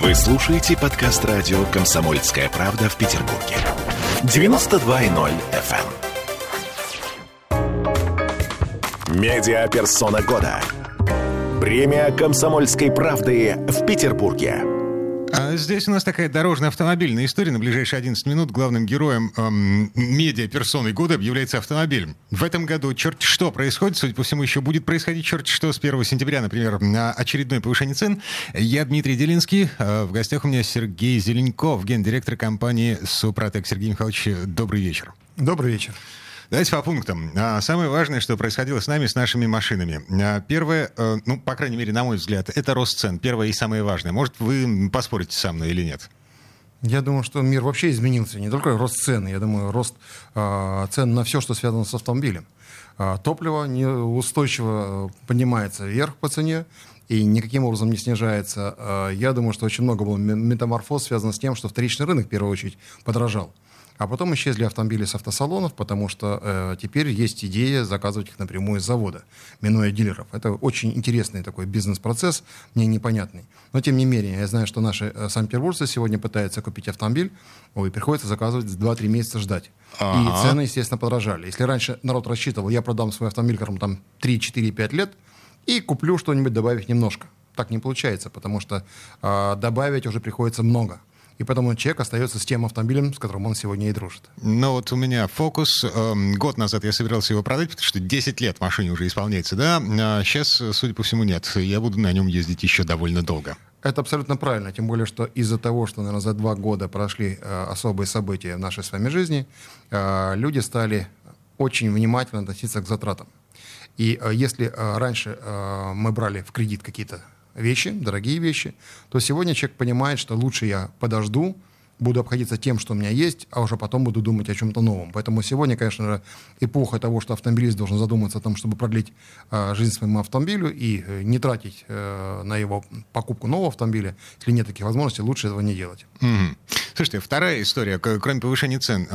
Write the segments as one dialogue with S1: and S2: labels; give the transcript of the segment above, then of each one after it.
S1: Вы слушаете подкаст радио «Комсомольская правда» в Петербурге. 92.0 FM. Медиаперсона года. Премия «Комсомольской правды» в Петербурге.
S2: Здесь у нас такая дорожно-автомобильная история. На ближайшие 11 минут главным героем медиа-персоной года объявляется автомобиль. В этом году черт что происходит. Судя по всему, еще будет происходить черт что с 1 сентября, например, очередное повышение цен. Я Дмитрий Делинский. В гостях у меня Сергей Зеленков, гендиректор компании «Супротек». Сергей Михайлович, добрый вечер.
S3: Добрый вечер.
S2: Давайте по пунктам. Самое важное, что происходило с нами, с нашими машинами. Первое, по крайней мере, на мой взгляд, это рост цен. Первое и самое важное. Может, вы поспорите со мной или нет?
S3: Я думаю, что мир вообще изменился. Не только рост цен, я думаю, рост цен на все, что связано с автомобилем. Топливо неустойчиво поднимается вверх по цене и никаким образом не снижается. Я думаю, что очень много было метаморфоз, связано с тем, что вторичный рынок, в первую очередь, подорожал. А потом исчезли автомобили с автосалонов, потому что теперь есть идея заказывать их напрямую из завода, минуя дилеров. Это очень интересный такой бизнес-процесс, мне непонятный. Но тем не менее, я знаю, что наши санкт-петербуржцы сегодня пытаются купить автомобиль, приходится заказывать 2-3 месяца ждать. И цены, естественно, подорожали. Если раньше народ рассчитывал, я продам свой автомобиль, там 3-4-5 лет, и куплю что-нибудь, добавив немножко. Так не получается, потому что добавить уже приходится много. И поэтому человек остается с тем автомобилем, с которым он сегодня и дружит.
S2: Ну вот у меня Focus. Год назад я собирался его продать, потому что 10 лет машине уже исполняется, да? А сейчас, судя по всему, нет. Я буду на нем ездить еще довольно долго.
S3: Это абсолютно правильно. Тем более, что из-за того, что, наверное, за 2 года прошли особые события в нашей с вами жизни, люди стали очень внимательно относиться к затратам. И если раньше мы брали в кредит какие-то вещи, дорогие вещи, то сегодня человек понимает, что лучше я подожду, буду обходиться тем, что у меня есть, а уже потом буду думать о чем-то новом. Поэтому сегодня, конечно же, эпоха того, что автомобилист должен задуматься о том, чтобы продлить жизнь своему автомобилю и не тратить на его покупку нового автомобиля. Если нет таких возможностей, лучше этого не делать.
S2: Mm-hmm. Слушайте, вторая история, кроме повышения цен.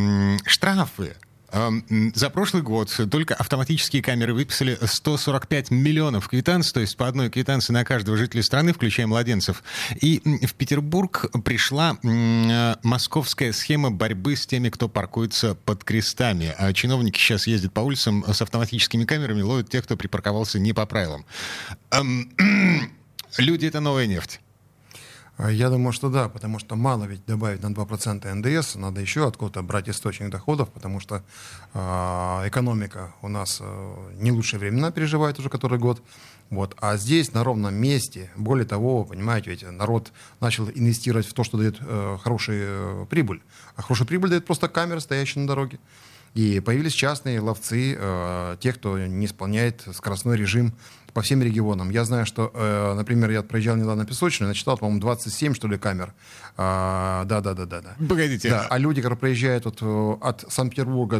S2: Штрафы. За прошлый год только автоматические камеры выписали 145 миллионов квитанций, то есть по одной квитанции на каждого жителя страны, включая младенцев. И в Петербург пришла московская схема борьбы с теми, кто паркуется под крестами. А чиновники сейчас ездят по улицам с автоматическими камерами, ловят тех, кто припарковался не по правилам. Люди — это новая нефть.
S3: Я думаю, что да, потому что мало ведь добавить на 2% НДС, надо еще откуда-то брать источник доходов, потому что экономика у нас не лучшие времена переживает уже который год. Вот. А здесь на ровном месте, более того, понимаете, ведь народ начал инвестировать в то, что дает хорошую прибыль. А хорошую прибыль дает просто камеры, стоящие на дороге. И появились частные ловцы, те, кто не исполняет скоростной режим по всем регионам. Я знаю, что, например, я проезжал недавно Песочную, насчитал, по-моему, 27, что ли, камер. Да.
S2: Погодите.
S3: Да, а люди, которые проезжают от Санкт-Петербурга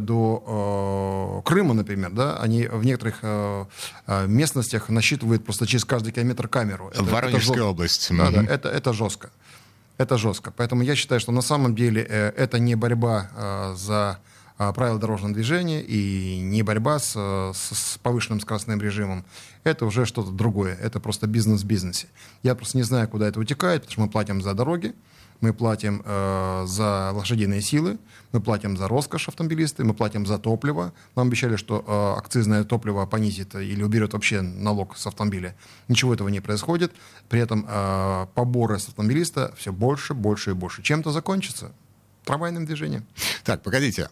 S3: до Крыма, например, да, они в некоторых местностях насчитывают просто через каждый километр камеру.
S2: Воронежская область.
S3: Да, это жестко. Это жестко. Поэтому я считаю, что на самом деле это не борьба за правила дорожного движения и не борьба с повышенным скоростным режимом. Это уже что-то другое. Это просто бизнес в бизнесе. Я просто не знаю, куда это утекает, потому что мы платим за дороги, мы платим за лошадиные силы, мы платим за роскошь автомобилисты, мы платим за топливо. Нам обещали, что акцизное топливо понизит или уберет вообще налог с автомобиля. Ничего этого не происходит. При этом поборы с автомобилиста все больше, больше и больше. Чем-то закончится. Трамвайным движением.
S2: Так, погодите.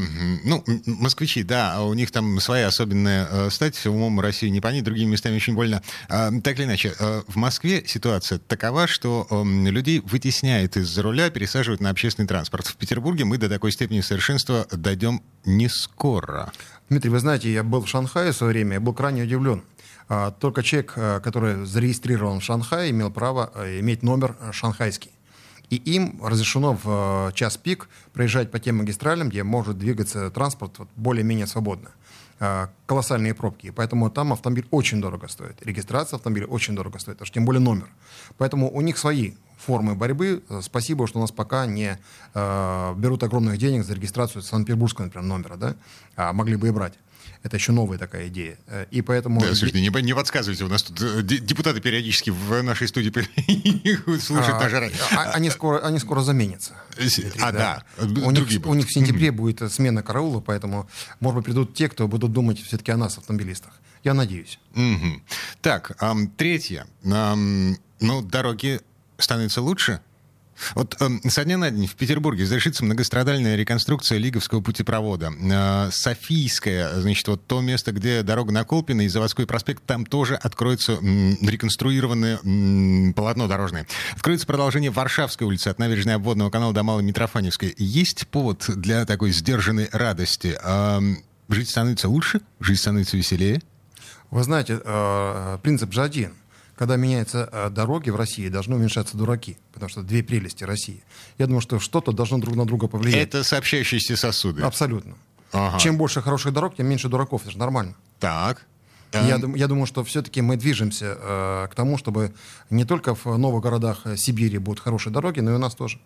S2: Москвичи, да, у них там своя особенная стать, умом России не понять, другими местами очень больно. Так или иначе, в Москве ситуация такова, что людей вытесняет из-за руля, пересаживают на общественный транспорт. В Петербурге мы до такой степени совершенства дойдем не скоро.
S3: Дмитрий, вы знаете, я был в Шанхае в свое время, я был крайне удивлен. Только человек, который зарегистрирован в Шанхае, имел право иметь номер шанхайский. И им разрешено в час пик проезжать по тем магистралям, где может двигаться транспорт более-менее свободно. Колоссальные пробки. Поэтому там автомобиль очень дорого стоит. Регистрация автомобиля очень дорого стоит, тем более номер. Поэтому у них свои формы борьбы. Спасибо, что у нас пока не берут огромных денег за регистрацию Санкт-Петербургского, например, номера. Да? Могли бы и брать. Это еще новая такая идея. И поэтому...
S2: Да, слушайте, не подсказывайте, у нас тут депутаты периодически в нашей студии слушают наш радио.
S3: Они скоро заменятся. Дмитрий,
S2: да.
S3: У них в сентябре будет смена караула, поэтому, может быть, придут те, кто будут думать все-таки о нас, автомобилистах. Я надеюсь.
S2: Так, третье. Дороги становятся лучше? Вот со дня на день в Петербурге завершится многострадальная реконструкция Лиговского путепровода. Софийская, значит, вот то место, где дорога на Колпино и Заводской проспект, там тоже откроется реконструированное полотно дорожное. Откроется продолжение Варшавской улицы от набережной Обводного канала до Малой Митрофаневской. Есть повод для такой сдержанной радости? Жить становится лучше? Жизнь становится веселее?
S3: Вы знаете, принцип же один. Когда меняются дороги в России, должны уменьшаться дураки, потому что две прелести России. Я думаю, что что-то должно друг на друга повлиять.
S2: Это сообщающиеся сосуды.
S3: Абсолютно.
S2: Ага.
S3: Чем больше хороших дорог, тем меньше дураков. Это же нормально.
S2: Так.
S3: Я думаю, что все-таки мы движемся к тому, чтобы не только в новых городах Сибири будут хорошие дороги, но и у нас тоже.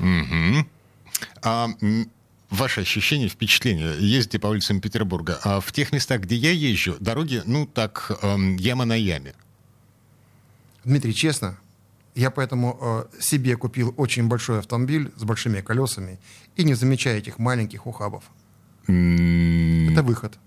S2: Ваши ощущения, впечатления? Ездите по улицам Петербурга. А в тех местах, где я езжу, дороги, яма на яме.
S3: Дмитрий, честно, я поэтому себе купил очень большой автомобиль с большими колесами и не замечаю этих маленьких ухабов. Это выход.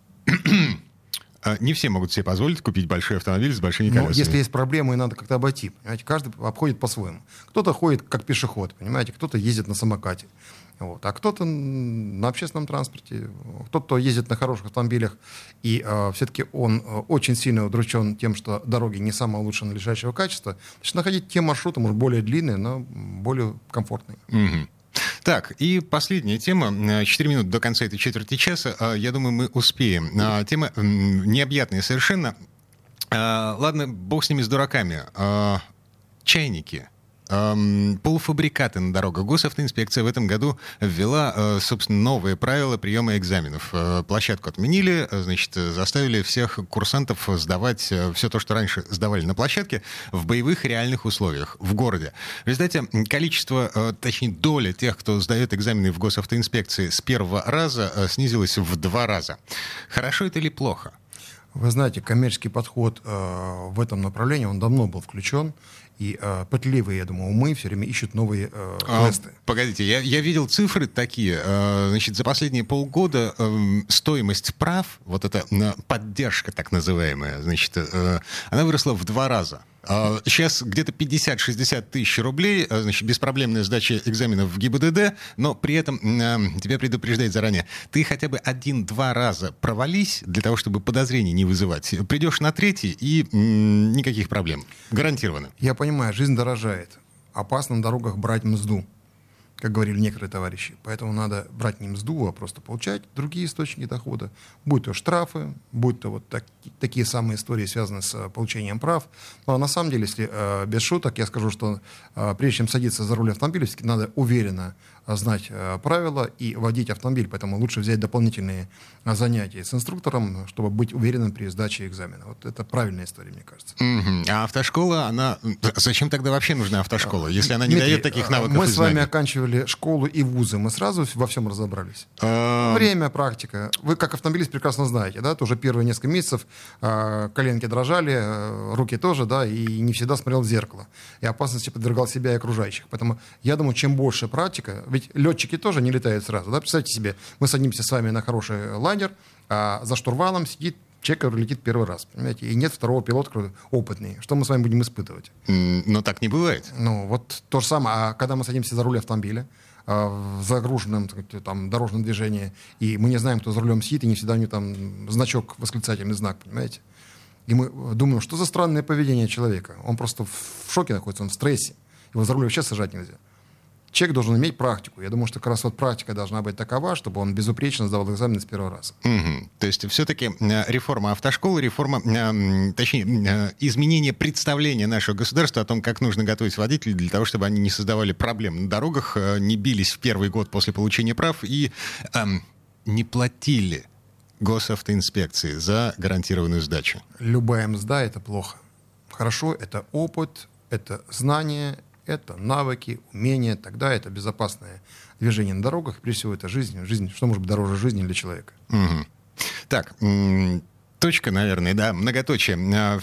S2: Не все могут себе позволить купить большой автомобиль с большими колесами.
S3: Но если есть проблемы, надо как-то обойти. Понимаете? Каждый обходит по-своему. Кто-то ходит как пешеход, понимаете, кто-то ездит на самокате. Вот. А кто-то на общественном транспорте, кто-то ездит на хороших автомобилях, и все-таки он очень сильно удручен тем, что дороги не самого лучшего надлежащего качества. Значит, находить те маршруты, может, более длинные, но более комфортные.
S2: Так, и последняя тема. 4 минуты до конца этой четверти часа. Я думаю, мы успеем. Тема необъятная совершенно. Ладно, бог с ними, с дураками. Чайники. Полуфабрикаты на дорогах. Госавтоинспекция в этом году ввела, собственно, новые правила приема экзаменов. Площадку отменили, значит, заставили всех курсантов сдавать все то, что раньше сдавали на площадке, в боевых реальных условиях в городе. В результате количество, точнее, доля тех, кто сдает экзамены в госавтоинспекции с первого раза снизилась в 2 раза. Хорошо это или плохо?
S3: Вы знаете, коммерческий подход в этом направлении, он давно был включен. И пытливые, я думаю, умы все время ищут новые квесты.
S2: Погодите, я видел цифры такие. Значит, за последние полгода стоимость прав, вот эта поддержка так называемая, значит, она выросла в 2 раза. Сейчас где-то 50-60 тысяч рублей, значит, беспроблемная сдача экзаменов в ГИБДД, но при этом тебя предупреждают заранее. Ты хотя бы 1-2 раза провались для того, чтобы подозрений не вызывать. Придешь на 3-й и никаких проблем. Гарантированно.
S3: Я понимаю, жизнь дорожает. Опасно на дорогах брать мзду, как говорили некоторые товарищи. Поэтому надо брать не мзду, а просто получать другие источники дохода. Будь то штрафы, будь то вот такие самые истории, связанные с получением прав. Но на самом деле, если без шуток, я скажу, что прежде чем садиться за руль автомобиля, все-таки надо уверенно знать правила и водить автомобиль. Поэтому лучше взять дополнительные занятия с инструктором, чтобы быть уверенным при сдаче экзамена. Вот это правильная история, мне кажется.
S2: А автошкола, она... Зачем тогда вообще нужна автошкола, если она не дает таких навыков и знаний?
S3: Мы с вами оканчивали школу и вузы. Мы сразу во всем разобрались. Время, практика. Вы, как автомобилист, прекрасно знаете, да? Тоже первые несколько месяцев коленки дрожали, руки тоже, да, и не всегда смотрел в зеркало. И опасности подвергал себя и окружающих. Поэтому я думаю, чем больше практика... Ведь летчики тоже не летают сразу. Да? Представьте себе, мы садимся с вами на хороший лайнер, а за штурвалом сидит человек, который летит первый раз. Понимаете? И нет второго пилота, который опытный. Что мы с вами будем испытывать?
S2: Но так не бывает.
S3: Ну, вот то же самое. А когда мы садимся за руль автомобиля, в загруженном там, дорожном движении, и мы не знаем, кто за рулем сидит, и не всегда у него там значок, восклицательный знак, понимаете? И мы думаем, что за странное поведение человека. Он просто в шоке находится, он в стрессе. Его за руль вообще сажать нельзя. Человек должен иметь практику. Я думаю, что как раз вот практика должна быть такова, чтобы он безупречно сдавал экзамены с первого раза.
S2: То есть все-таки реформа автошколы, точнее, изменение представления нашего государства о том, как нужно готовить водителей для того, чтобы они не создавали проблем на дорогах, не бились в первый год после получения прав и не платили госавтоинспекции за гарантированную сдачу.
S3: Любая мзда — это плохо. Хорошо — это опыт, это знание, это навыки, умения, тогда это безопасное движение на дорогах. Прежде всего, это жизнь. Жизнь, что может быть дороже жизни для человека?
S2: Так, точка, наверное, да, многоточие.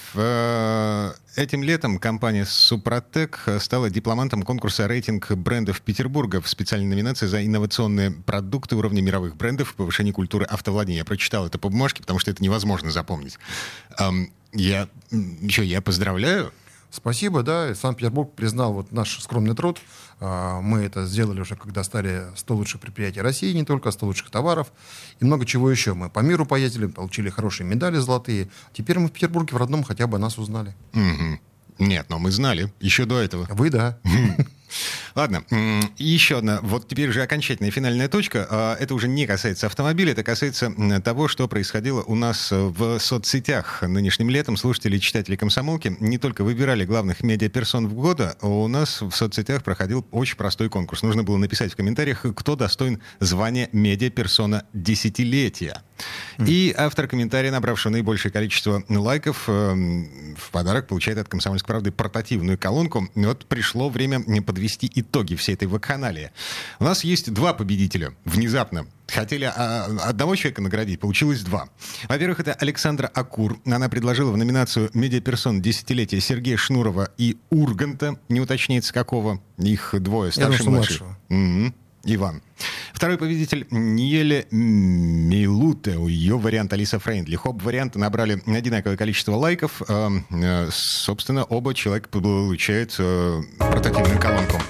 S2: Этим летом компания «Супротек» стала дипломантом конкурса «Рейтинг брендов Петербурга» в специальной номинации за инновационные продукты уровня мировых брендов в повышении культуры автовладения. Я прочитал это по бумажке, потому что это невозможно запомнить. Я поздравляю.
S3: Спасибо, да. Санкт-Петербург признал вот наш скромный труд. Мы это сделали уже, когда стали 100 лучших предприятий России, не только 100 лучших товаров и много чего еще. Мы по миру поездили, получили хорошие медали золотые. Теперь мы в Петербурге в родном хотя бы нас узнали.
S2: Угу. Нет, но мы знали еще до этого.
S3: Вы, да.
S2: Ладно, и еще одна, вот теперь уже окончательная финальная точка. Это уже не касается автомобиля, это касается того, что происходило у нас в соцсетях. Нынешним летом слушатели и читатели «Комсомолки» не только выбирали главных медиаперсон в года, а у нас в соцсетях проходил очень простой конкурс. Нужно было написать в комментариях, кто достоин звания медиаперсона десятилетия. И автор комментария, набравший наибольшее количество лайков, в подарок получает от «Комсомольской правды» портативную колонку. И вот пришло время подвести итоги всей этой вакханалии. У нас есть два победителя. Внезапно. Хотели одного человека наградить, получилось два. Во-первых, это Александра Акур. Она предложила в номинацию «Медиаперсон десятилетия» Сергея Шнурова и Урганта. Не уточняется, какого. Их двое, старший и младший. Иван. Второй победитель Ниеле Милуте. Ее вариант Алиса Фрейндли. Оба варианта набрали одинаковое количество лайков. Собственно, оба человека получают портативную колонку.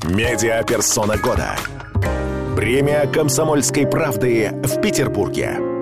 S1: Медиаперсона года. Премия «Комсомольской правды» в Петербурге.